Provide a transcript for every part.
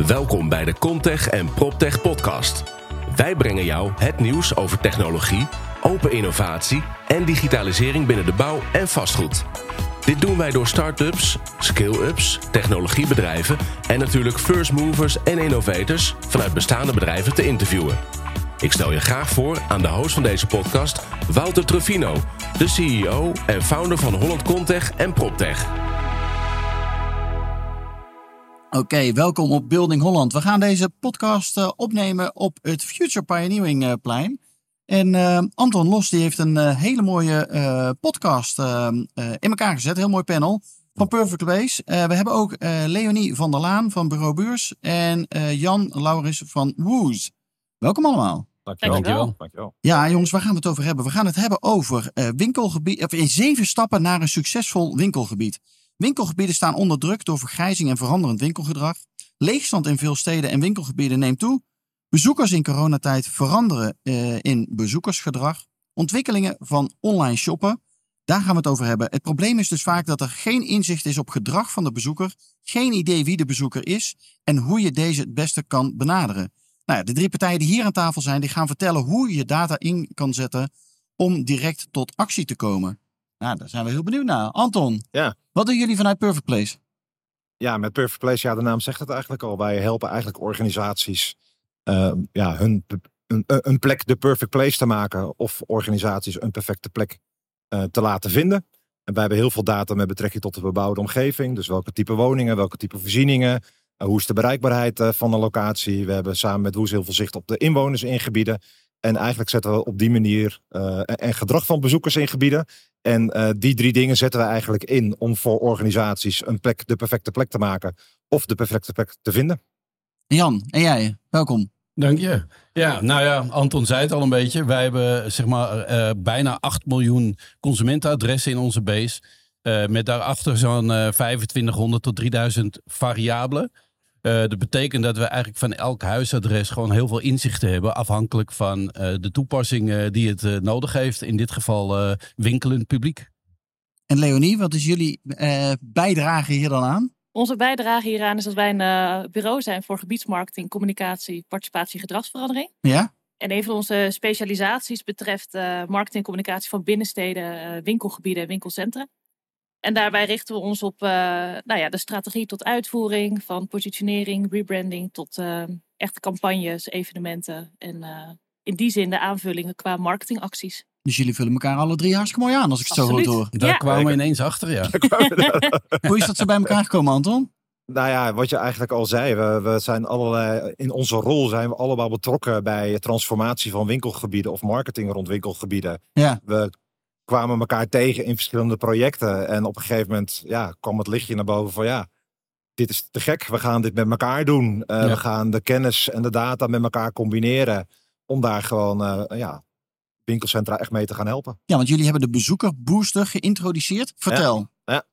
Welkom bij de Comtech en PropTech podcast. Wij brengen jou het nieuws over technologie, open innovatie en digitalisering binnen de bouw en vastgoed. Dit doen wij door start-ups, scale-ups, technologiebedrijven en natuurlijk first movers en innovators vanuit bestaande bedrijven te interviewen. Ik stel je graag voor aan de host van deze podcast, Wouter Truffino, de CEO en founder van Holland Comtech en PropTech. Oké, welkom op Building Holland. We gaan deze podcast opnemen op het Future Pioneering plein. En Anton Los die heeft een hele mooie podcast in elkaar gezet. Heel mooi panel van Perfect Place. We hebben ook Leonie van der Laan van Bureau Buurs en Jan Lauris van Woos. Welkom allemaal. Dankjewel. Ja, jongens, waar gaan we het over hebben? We gaan het hebben over winkelgebied, in 7 stappen naar een succesvol winkelgebied. Winkelgebieden staan onder druk door vergrijzing en veranderend winkelgedrag. Leegstand in veel steden en winkelgebieden neemt toe. Bezoekers in coronatijd veranderen in bezoekersgedrag. Ontwikkelingen van online shoppen. Daar gaan we het over hebben. Het probleem is dus vaak dat er geen inzicht is op gedrag van de bezoeker. Geen idee wie de bezoeker is en hoe je deze het beste kan benaderen. Nou ja, de 3 partijen die hier aan tafel zijn, die gaan vertellen hoe je data in kan zetten om direct tot actie te komen. Nou, daar zijn we heel benieuwd naar. Anton, wat doen jullie vanuit Perfect Place? Ja, met Perfect Place, ja, de naam zegt het eigenlijk al. Wij helpen eigenlijk organisaties een plek de perfect place te maken. Of organisaties een perfecte plek te laten vinden. En wij hebben heel veel data met betrekking tot de bebouwde omgeving. Dus welke type woningen, welke type voorzieningen. Hoe is de bereikbaarheid van een locatie. We hebben samen met Woes heel veel zicht op de inwoners in gebieden. En eigenlijk zetten we op die manier en gedrag van bezoekers in gebieden. En die 3 dingen zetten we eigenlijk in om voor organisaties een plek de perfecte plek te maken. Of de perfecte plek te vinden. Jan, en jij, welkom. Dank je. Ja, nou ja, Anton zei het al een beetje. Wij hebben bijna 8 miljoen consumentenadressen in onze base. Met daarachter zo'n 2500 tot 3000 variabelen. Dat betekent dat we eigenlijk van elk huisadres gewoon heel veel inzichten hebben. Afhankelijk van de toepassing die het nodig heeft. In dit geval winkelend publiek. En Leonie, wat is jullie bijdrage hier dan aan? Onze bijdrage hieraan is dat wij een bureau zijn voor gebiedsmarketing, communicatie, participatie en gedragsverandering. Ja? En een van onze specialisaties betreft marketing en communicatie van binnensteden, winkelgebieden en winkelcentra. En daarbij richten we ons op de strategie tot uitvoering, van positionering, rebranding tot echte campagnes, evenementen. En in die zin de aanvullingen qua marketingacties. Dus jullie vullen elkaar alle 3 hartstikke mooi aan, als ik het zo goed hoor. Daar kwamen we ineens achter, ja. Hoe is dat zo bij elkaar gekomen, Anton? Nou ja, wat je eigenlijk al zei. We zijn in onze rol zijn we allemaal betrokken bij transformatie van winkelgebieden of marketing rond winkelgebieden. Ja. We kwamen elkaar tegen in verschillende projecten. En op een gegeven moment kwam het lichtje naar boven van dit is te gek. We gaan dit met elkaar doen. We gaan de kennis en de data met elkaar combineren. Om daar gewoon winkelcentra echt mee te gaan helpen. Ja, want jullie hebben de bezoekerbooster geïntroduceerd. Vertel. Ja.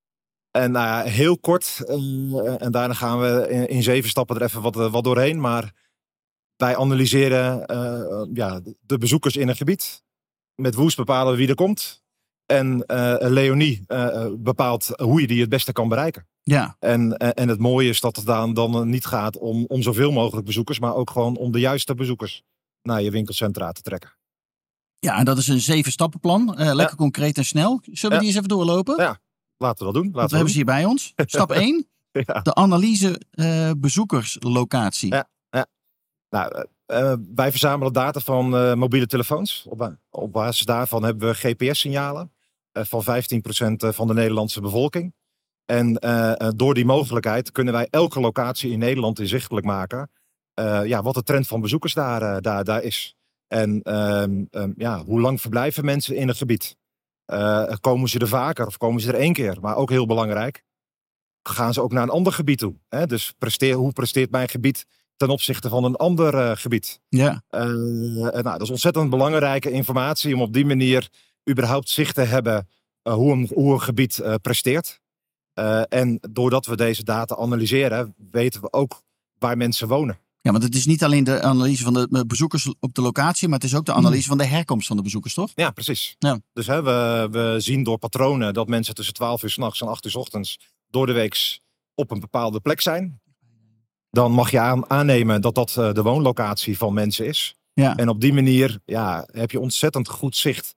En heel kort. En daarna gaan we in 7 stappen er even wat doorheen. Maar wij analyseren de bezoekers in een gebied. Met Woes bepalen we wie er komt. En Leonie bepaalt hoe je die het beste kan bereiken. Ja. En het mooie is dat het dan niet gaat om zoveel mogelijk bezoekers. Maar ook gewoon om de juiste bezoekers naar je winkelcentra te trekken. Ja, en dat is een 7-stappenplan. Lekker concreet en snel. Zullen we die eens even doorlopen? Ja, laten we dat doen. We hebben ze hier bij ons. Stap 1. Ja. De analyse bezoekerslocatie. Ja. Nou, wij verzamelen data van mobiele telefoons. Op basis daarvan hebben we GPS-signalen van 15% van de Nederlandse bevolking. En door die mogelijkheid kunnen wij elke locatie in Nederland inzichtelijk maken. Wat de trend van bezoekers daar is. En hoe lang verblijven mensen in het gebied? Komen ze er vaker of komen ze er 1 keer? Maar ook heel belangrijk, gaan ze ook naar een ander gebied toe? Hè? Dus hoe presteert mijn gebied ten opzichte van een ander gebied? Ja. Dat is ontzettend belangrijke informatie om op die manier überhaupt zicht te hebben hoe een gebied presteert. En doordat we deze data analyseren, weten we ook waar mensen wonen. Ja, want het is niet alleen de analyse van de bezoekers op de locatie, maar het is ook de analyse van de herkomst van de bezoekers, toch? Ja, precies. Ja. Dus we zien door patronen dat mensen tussen 12 uur 's nachts en 8 uur 's ochtends door de week op een bepaalde plek zijn. dan mag je aannemen dat dat de woonlocatie van mensen is. Ja. En op die manier heb je ontzettend goed zicht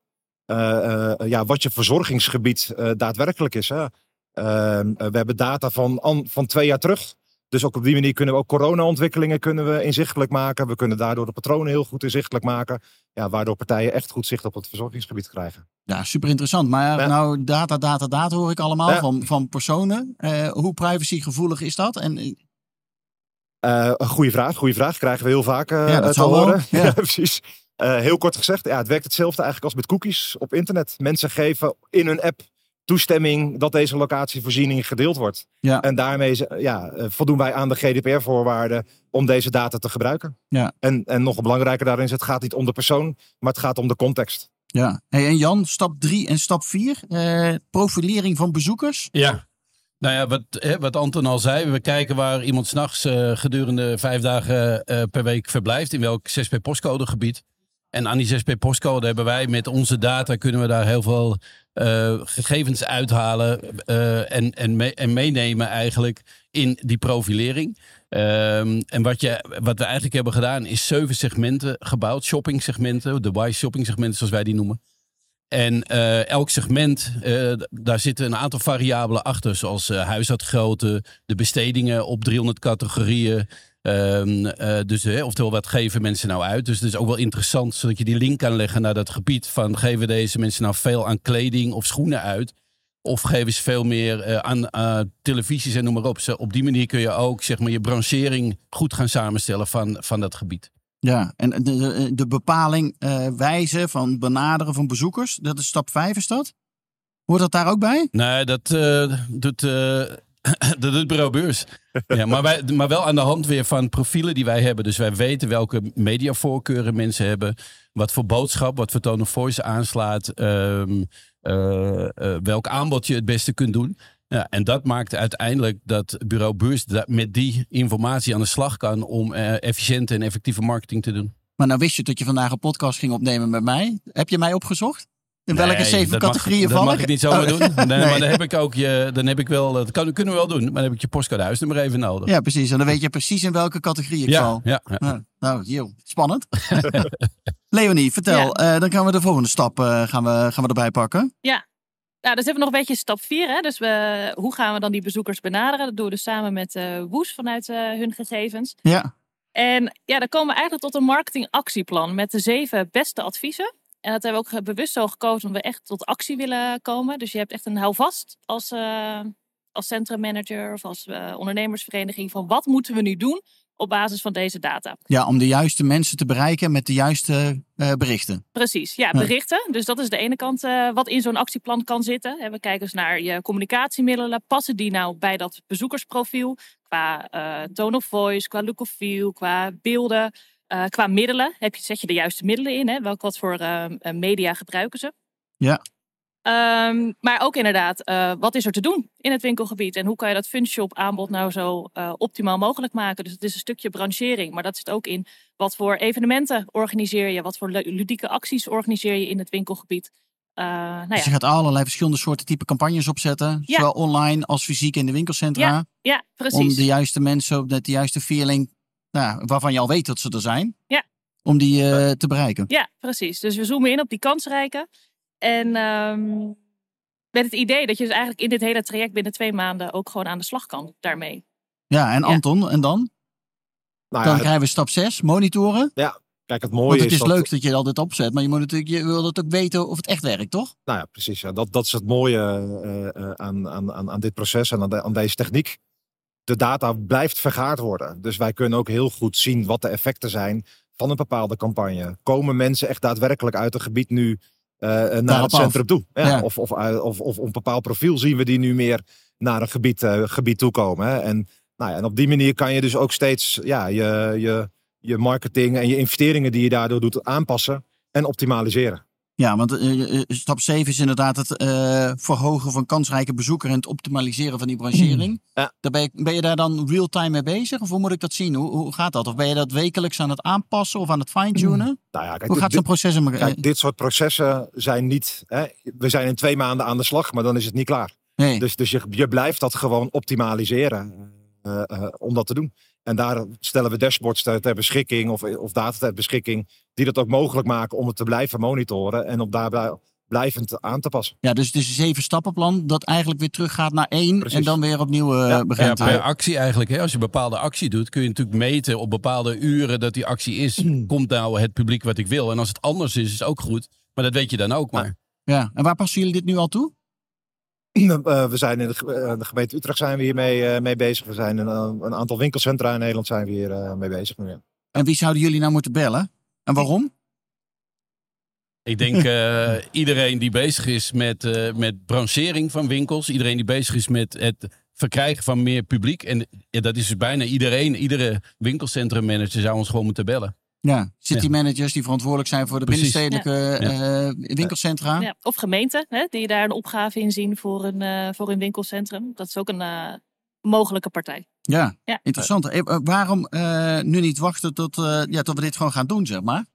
wat je verzorgingsgebied daadwerkelijk is. Hè. We hebben data van 2 jaar terug. Dus ook op die manier kunnen we ook corona-ontwikkelingen inzichtelijk maken. We kunnen daardoor de patronen heel goed inzichtelijk maken. Ja, waardoor partijen echt goed zicht op het verzorgingsgebied krijgen. Ja, super interessant. Maar nou, data hoor ik allemaal van personen. Hoe privacygevoelig is dat? En Goeie vraag. Krijgen we heel vaak dat te horen. Ja. Precies. Heel kort gezegd, het werkt hetzelfde eigenlijk als met cookies op internet. Mensen geven in hun app toestemming dat deze locatievoorziening gedeeld wordt. Ja. En daarmee voldoen wij aan de GDPR-voorwaarden om deze data te gebruiken. Ja. En nog belangrijker daarin is, het gaat niet om de persoon, maar het gaat om de context. Ja. Hey, en Jan, stap 3 en stap 4, profilering van bezoekers. Ja. Nou ja, wat Anton al zei, we kijken waar iemand 's nachts gedurende 5 dagen per week verblijft, in welk 6P-postcodegebied. En aan die 6P-postcode hebben wij met onze data, kunnen we daar heel veel gegevens uithalen en meenemen eigenlijk in die profilering. En wat we eigenlijk hebben gedaan is 7 segmenten gebouwd, shopping segmenten, de wise shopping segmenten zoals wij die noemen. En elk segment, daar zitten een aantal variabelen achter, zoals huishoudgrootte, de bestedingen op 300 categorieën. Oftewel, wat geven mensen nou uit? Dus het is ook wel interessant, zodat je die link kan leggen naar dat gebied van, geven deze mensen nou veel aan kleding of schoenen uit? Of geven ze veel meer aan televisies en noem maar op. Op die manier kun je ook, zeg maar, je branchering goed gaan samenstellen van dat gebied. Ja, en de bepaling wijze van benaderen van bezoekers, dat is stap 5, is dat? Hoort dat daar ook bij? Nee, dat doet Bureau Beurs. Ja, maar wel aan de hand weer van profielen die wij hebben. Dus wij weten welke mediavoorkeuren mensen hebben. Wat voor boodschap, wat voor tone of voice aanslaat. Welk aanbod je het beste kunt doen. Ja, en dat maakt uiteindelijk dat Bureau Beurs met die informatie aan de slag kan om efficiënte en effectieve marketing te doen. Maar nou wist je dat je vandaag een podcast ging opnemen met mij. Heb je mij opgezocht? In welke 7 categorieën val ik? Dat mag ik niet zomaar doen. Nee. Maar dan heb ik ook dat kunnen we wel doen. Maar dan heb ik je postcode huisnummer even nodig. Ja, precies. En dan weet je precies in welke categorie ik val. Ja. Nou, spannend. Leonie, vertel. Dan gaan we de volgende stap gaan we erbij pakken. Ja. Nou, dus hebben we nog een beetje stap 4. Hè? Dus hoe gaan we dan die bezoekers benaderen? Dat doen we dus samen met Woes vanuit hun gegevens. Ja. En dan komen we eigenlijk tot een marketingactieplan met de 7 beste adviezen. En dat hebben we ook bewust zo gekozen omdat we echt tot actie willen komen. Dus je hebt echt een houvast als centrummanager of als ondernemersvereniging van wat moeten we nu doen op basis van deze data. Ja, om de juiste mensen te bereiken met de juiste berichten. Precies, berichten. Dus dat is de ene kant wat in zo'n actieplan kan zitten. En we kijken dus naar je communicatiemiddelen. Passen die nou bij dat bezoekersprofiel? Qua tone of voice, qua look of feel, qua beelden, qua middelen. Zet je de juiste middelen in? Hè? Wat voor media gebruiken ze? Ja. Maar ook inderdaad, wat is er te doen in het winkelgebied? En hoe kan je dat funshop aanbod nou zo optimaal mogelijk maken? Dus het is een stukje branchering. Maar dat zit ook in wat voor evenementen organiseer je? Wat voor ludieke acties organiseer je in het winkelgebied? Dus je gaat allerlei verschillende soorten type campagnes opzetten. Ja. Zowel online als fysiek in de winkelcentra. Ja, precies. Om de juiste mensen met de juiste feeling, waarvan je al weet dat ze er zijn. Ja. Om die te bereiken. Ja, precies. Dus we zoomen in op die kansrijke. En met het idee dat je dus eigenlijk in dit hele traject binnen 2 maanden ook gewoon aan de slag kan daarmee. Ja, en Anton, en dan? Dan krijgen we stap 6, monitoren. Ja, kijk, het mooie Want het is dat leuk dat je altijd opzet, maar je wil het ook weten of het echt werkt, toch? Nou ja, precies. Ja. Dat is het mooie aan dit proces en aan deze techniek. De data blijft vergaard worden. Dus wij kunnen ook heel goed zien wat de effecten zijn van een bepaalde campagne. Komen mensen echt daadwerkelijk uit het gebied nu naar het centrum toe? Ja. Of een bepaald profiel zien we die nu meer naar een gebied toe komen. Hè? En op die manier kan je dus ook steeds je marketing en je investeringen die je daardoor doet aanpassen en optimaliseren. Ja, want stap 7 is inderdaad het verhogen van kansrijke bezoeker en het optimaliseren van die branchering. Ja. Ben je daar dan real-time mee bezig? Of hoe moet ik dat zien? Hoe gaat dat? Of ben je dat wekelijks aan het aanpassen of aan het fine-tunen? Nou ja, kijk, hoe gaat zo'n proces in elkaar? Kijk, dit soort processen zijn niet... we zijn in 2 maanden aan de slag, maar dan is het niet klaar. Nee. Dus je blijft dat gewoon optimaliseren om dat te doen. En daar stellen we dashboards ter beschikking of data ter beschikking die dat ook mogelijk maken om het te blijven monitoren en om daar blijvend aan te passen. Ja, dus het is een 7-stappenplan dat eigenlijk weer teruggaat naar 1 Precies. en dan weer opnieuw begint. Ja, per actie eigenlijk. Hè? Als je een bepaalde actie doet, kun je natuurlijk meten op bepaalde uren dat die actie is. Komt nou het publiek wat ik wil? En als het anders is, is het ook goed. Maar dat weet je dan ook maar. Ja, en waar passen jullie dit nu al toe? We zijn in de gemeente Utrecht zijn we hiermee mee bezig. We zijn een aantal winkelcentra in Nederland zijn we hier mee bezig. Ja. En wie zouden jullie nou moeten bellen? En waarom? Ik denk iedereen die bezig is met branchering van winkels. Iedereen die bezig is met het verkrijgen van meer publiek. En dat is dus bijna iedereen. Iedere winkelcentrummanager zou ons gewoon moeten bellen. Ja, citymanagers die verantwoordelijk zijn voor de Precies. binnenstedelijke winkelcentra. Ja, of gemeenten die daar een opgave in zien voor een winkelcentrum. Dat is ook een mogelijke partij. Ja, Ja. interessant. Waarom nu niet wachten tot we dit gewoon gaan doen, zeg maar?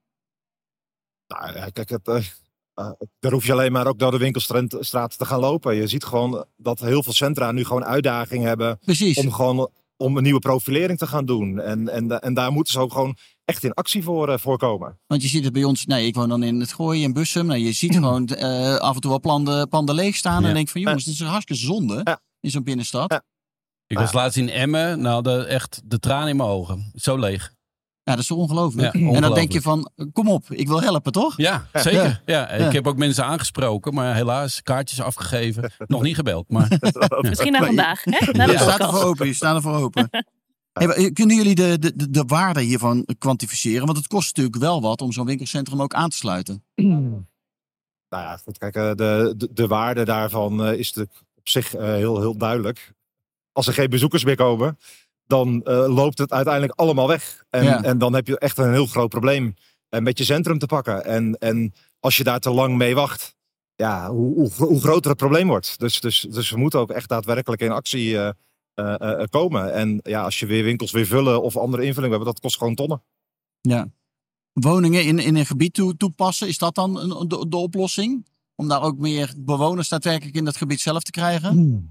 Nou, ja, kijk, daar hoef je alleen maar ook door de winkelstraat te gaan lopen. Je ziet gewoon dat heel veel centra nu gewoon uitdagingen hebben Precies. om een nieuwe profilering te gaan doen. En daar moeten ze ook gewoon echt in actie voor komen. Want je ziet het bij ons, ik woon dan in het Gooi in Bussum. Nou, je ziet gewoon af en toe wel panden leeg staan. Ja. En denk van jongens, dit is een hartstikke zonde in zo'n binnenstad. Ja. Ik was laatst in Emmen. Nou, echt de tranen in mijn ogen. Zo leeg. Ja, dat is toch ongelooflijk. Ja, En dan denk ongelooflijk. je van, kom op, ik wil helpen, toch? Ja, zeker. Ja. Ik heb ook mensen aangesproken, maar helaas kaartjes afgegeven. Nog niet gebeld. Maar Misschien na vandaag, hè? Na de Je staat podcast. ervoor open, je staat ervoor open. Hey, maar kunnen jullie de waarde hiervan kwantificeren? Want het kost natuurlijk wel wat om zo'n winkelcentrum ook aan te sluiten. Nou ja, goed, kijk, de waarde daarvan is natuurlijk op zich heel, heel duidelijk. Als er geen bezoekers meer komen, dan loopt het uiteindelijk allemaal weg. En dan heb je echt een heel groot probleem met je centrum te pakken. En als je daar te lang mee wacht, ja, hoe groter het probleem wordt. Dus we moeten ook echt daadwerkelijk in actie komen. En ja, als je weer winkels weer vullen of andere invulling hebben, dat kost gewoon tonnen. Ja. Woningen in een gebied toepassen, is dat dan de oplossing? Om daar ook meer bewoners daadwerkelijk in dat gebied zelf te krijgen?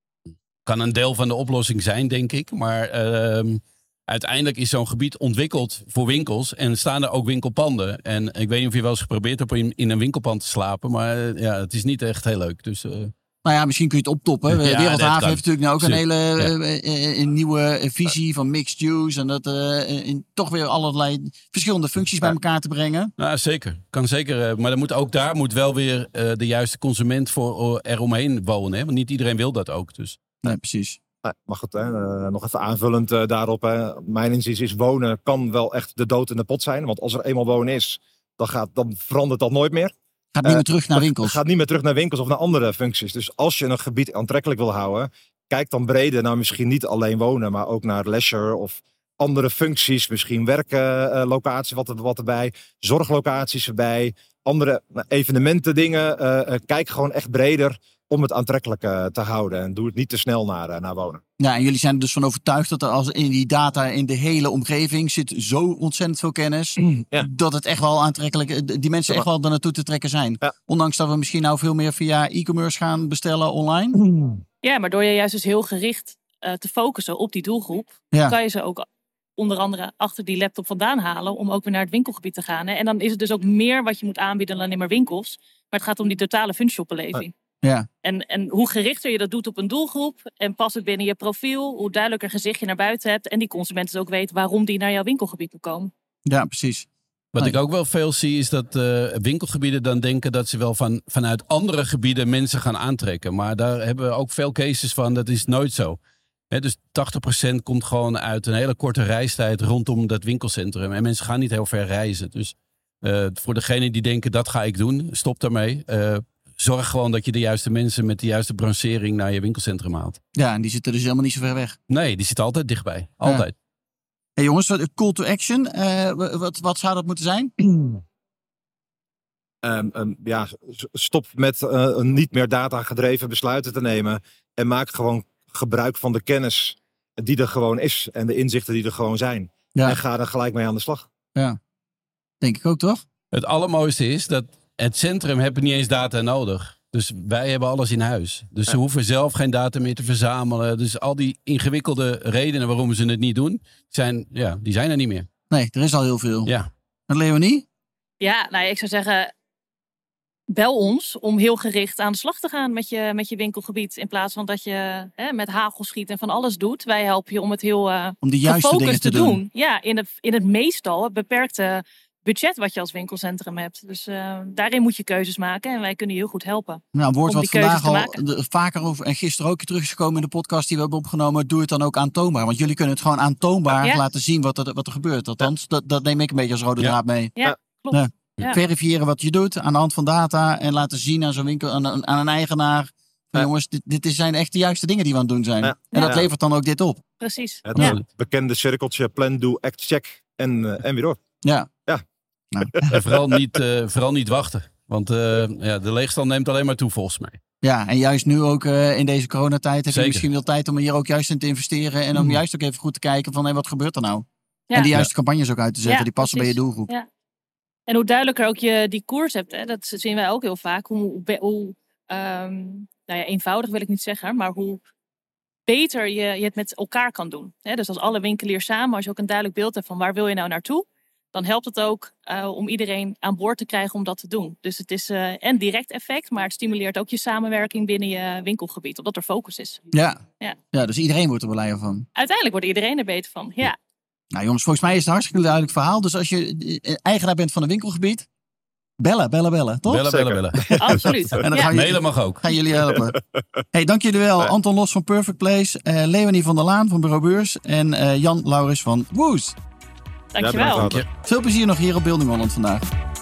kan een deel van de oplossing zijn, denk ik. Maar uiteindelijk is zo'n gebied ontwikkeld voor winkels. En staan er ook winkelpanden. En ik weet niet of je wel eens geprobeerd hebt in een winkelpand te slapen. Maar het is niet echt heel leuk. Dus, nou ja, misschien kun je het optoppen. Ja, Wereldhaven heeft natuurlijk nou ook een Zeker. hele een nieuwe visie van mixed use. En dat toch weer allerlei verschillende functies bij elkaar te brengen. Nou, zeker. Kan zeker. Maar daar moet wel weer de juiste consument voor eromheen wonen. Hè? Want niet iedereen wil dat ook. Dus. Nee, precies. Maar goed, nog even aanvullend daarop. Mijn inziens is wonen kan wel echt de dood in de pot zijn. Want als er eenmaal wonen is, dan verandert dat nooit meer. Gaat niet meer terug naar winkels. Gaat niet meer terug naar winkels of naar andere functies. Dus als je een gebied aantrekkelijk wil houden, kijk dan breder naar misschien niet alleen wonen, maar ook naar leisure of andere functies. Misschien werklocatie wat erbij, zorglocaties erbij, andere evenementen dingen. Kijk gewoon echt breder om het aantrekkelijk te houden. En doe het niet te snel naar wonen. Ja, en jullie zijn er dus van overtuigd dat er als in die data in de hele omgeving zit zo ontzettend veel kennis. Ja. Dat het echt wel aantrekkelijk, die mensen echt wel er naartoe te trekken zijn. Ja. Ondanks dat we misschien nou veel meer via e-commerce gaan bestellen online. Ja, maar door je juist dus heel gericht te focussen op die doelgroep, Ja. kan je ze ook onder andere achter die laptop vandaan halen om ook weer naar het winkelgebied te gaan. Hè? En dan is het dus ook meer wat je moet aanbieden dan alleen maar winkels. Maar het gaat om die totale funshopbeleving. Ja. En hoe gerichter je dat doet op een doelgroep en past het binnen je profiel, hoe duidelijker gezicht je naar buiten hebt en die consument dus ook weet waarom die naar jouw winkelgebied moet komen. Ja, precies. Wat ik ook wel veel zie is dat winkelgebieden dan denken dat ze wel vanuit andere gebieden mensen gaan aantrekken. Maar daar hebben we ook veel cases van, dat is nooit zo. Dus 80% komt gewoon uit een hele korte reistijd rondom dat winkelcentrum. En mensen gaan niet heel ver reizen. Dus voor degene die denken dat ga ik doen, stop daarmee. Zorg gewoon dat je de juiste mensen met de juiste branchering naar je winkelcentrum haalt. Ja, en die zitten dus helemaal niet zo ver weg. Nee, die zitten altijd dichtbij. Altijd. Hey jongens, call to action. Wat zou dat moeten zijn? Stop met niet meer data gedreven besluiten te nemen. En maak gewoon gebruik van de kennis die er gewoon is. En de inzichten die er gewoon zijn. Ja. En ga er gelijk mee aan de slag. Ja, denk ik ook toch? Het allermooiste is dat het centrum heeft niet eens data nodig. Dus wij hebben alles in huis. Dus ze hoeven zelf geen data meer te verzamelen. Dus al die ingewikkelde redenen waarom ze het niet doen, die zijn er niet meer. Nee, er is al heel veel. Ja. En Leonie? Ja, nou ja, ik zou zeggen, bel ons om heel gericht aan de slag te gaan met je winkelgebied. In plaats van dat je met hagel schiet en van alles doet. Wij helpen je om het heel om de juiste dingen te doen. Ja, in het meestal beperkte budget wat je als winkelcentrum hebt. Dus daarin moet je keuzes maken en wij kunnen je heel goed helpen. Nou, een woord om wat die vandaag keuzes al te maken. vaker over en gisteren ook terug is gekomen in de podcast die we hebben opgenomen. Doe het dan ook aantoonbaar. Want jullie kunnen het gewoon aantoonbaar laten zien wat er gebeurt. Althans, dat neem ik een beetje als rode draad mee. Ja, klopt. Ja. Verifiëren wat je doet aan de hand van data en laten zien aan zo'n winkel, aan een eigenaar. Van, jongens, dit zijn echt de juiste dingen die we aan het doen zijn. Ja. En dat levert dan ook dit op. Precies. Het bekende cirkeltje plan, do, act, check en weer door. Ja. Nou. En vooral niet wachten. Want de leegstand neemt alleen maar toe volgens mij. Ja, en juist nu ook in deze coronatijd heb je Zeker. misschien wel tijd om hier ook juist in te investeren. En om juist ook even goed te kijken van wat gebeurt er nou? Ja. En die juiste campagnes ook uit te zetten Ja, die passen precies. bij je doelgroep. Ja. En hoe duidelijker ook je die koers hebt, dat zien wij ook heel vaak. Hoe eenvoudig wil ik niet zeggen, maar hoe beter je het met elkaar kan doen. Dus als alle winkeliers samen, als je ook een duidelijk beeld hebt van waar wil je nou naartoe, dan helpt het ook om iedereen aan boord te krijgen om dat te doen. Dus het is een direct effect, maar het stimuleert ook je samenwerking binnen je winkelgebied, omdat er focus is. Ja, dus iedereen wordt er blijer van. Uiteindelijk wordt iedereen er beter van, ja. Nou jongens, volgens mij is het een hartstikke duidelijk verhaal. Dus als je eigenaar bent van een winkelgebied, bellen, toch? Bellen. Absoluut. En dan Mailen mag ook. gaan jullie helpen. Hey, dank jullie wel. Anton Los van Perfect Place, Leonie van der Laan van Bureau Beurs en Jan Lauris van Woos. Dankjewel. Ja, Veel plezier nog hier op Building Holland vandaag.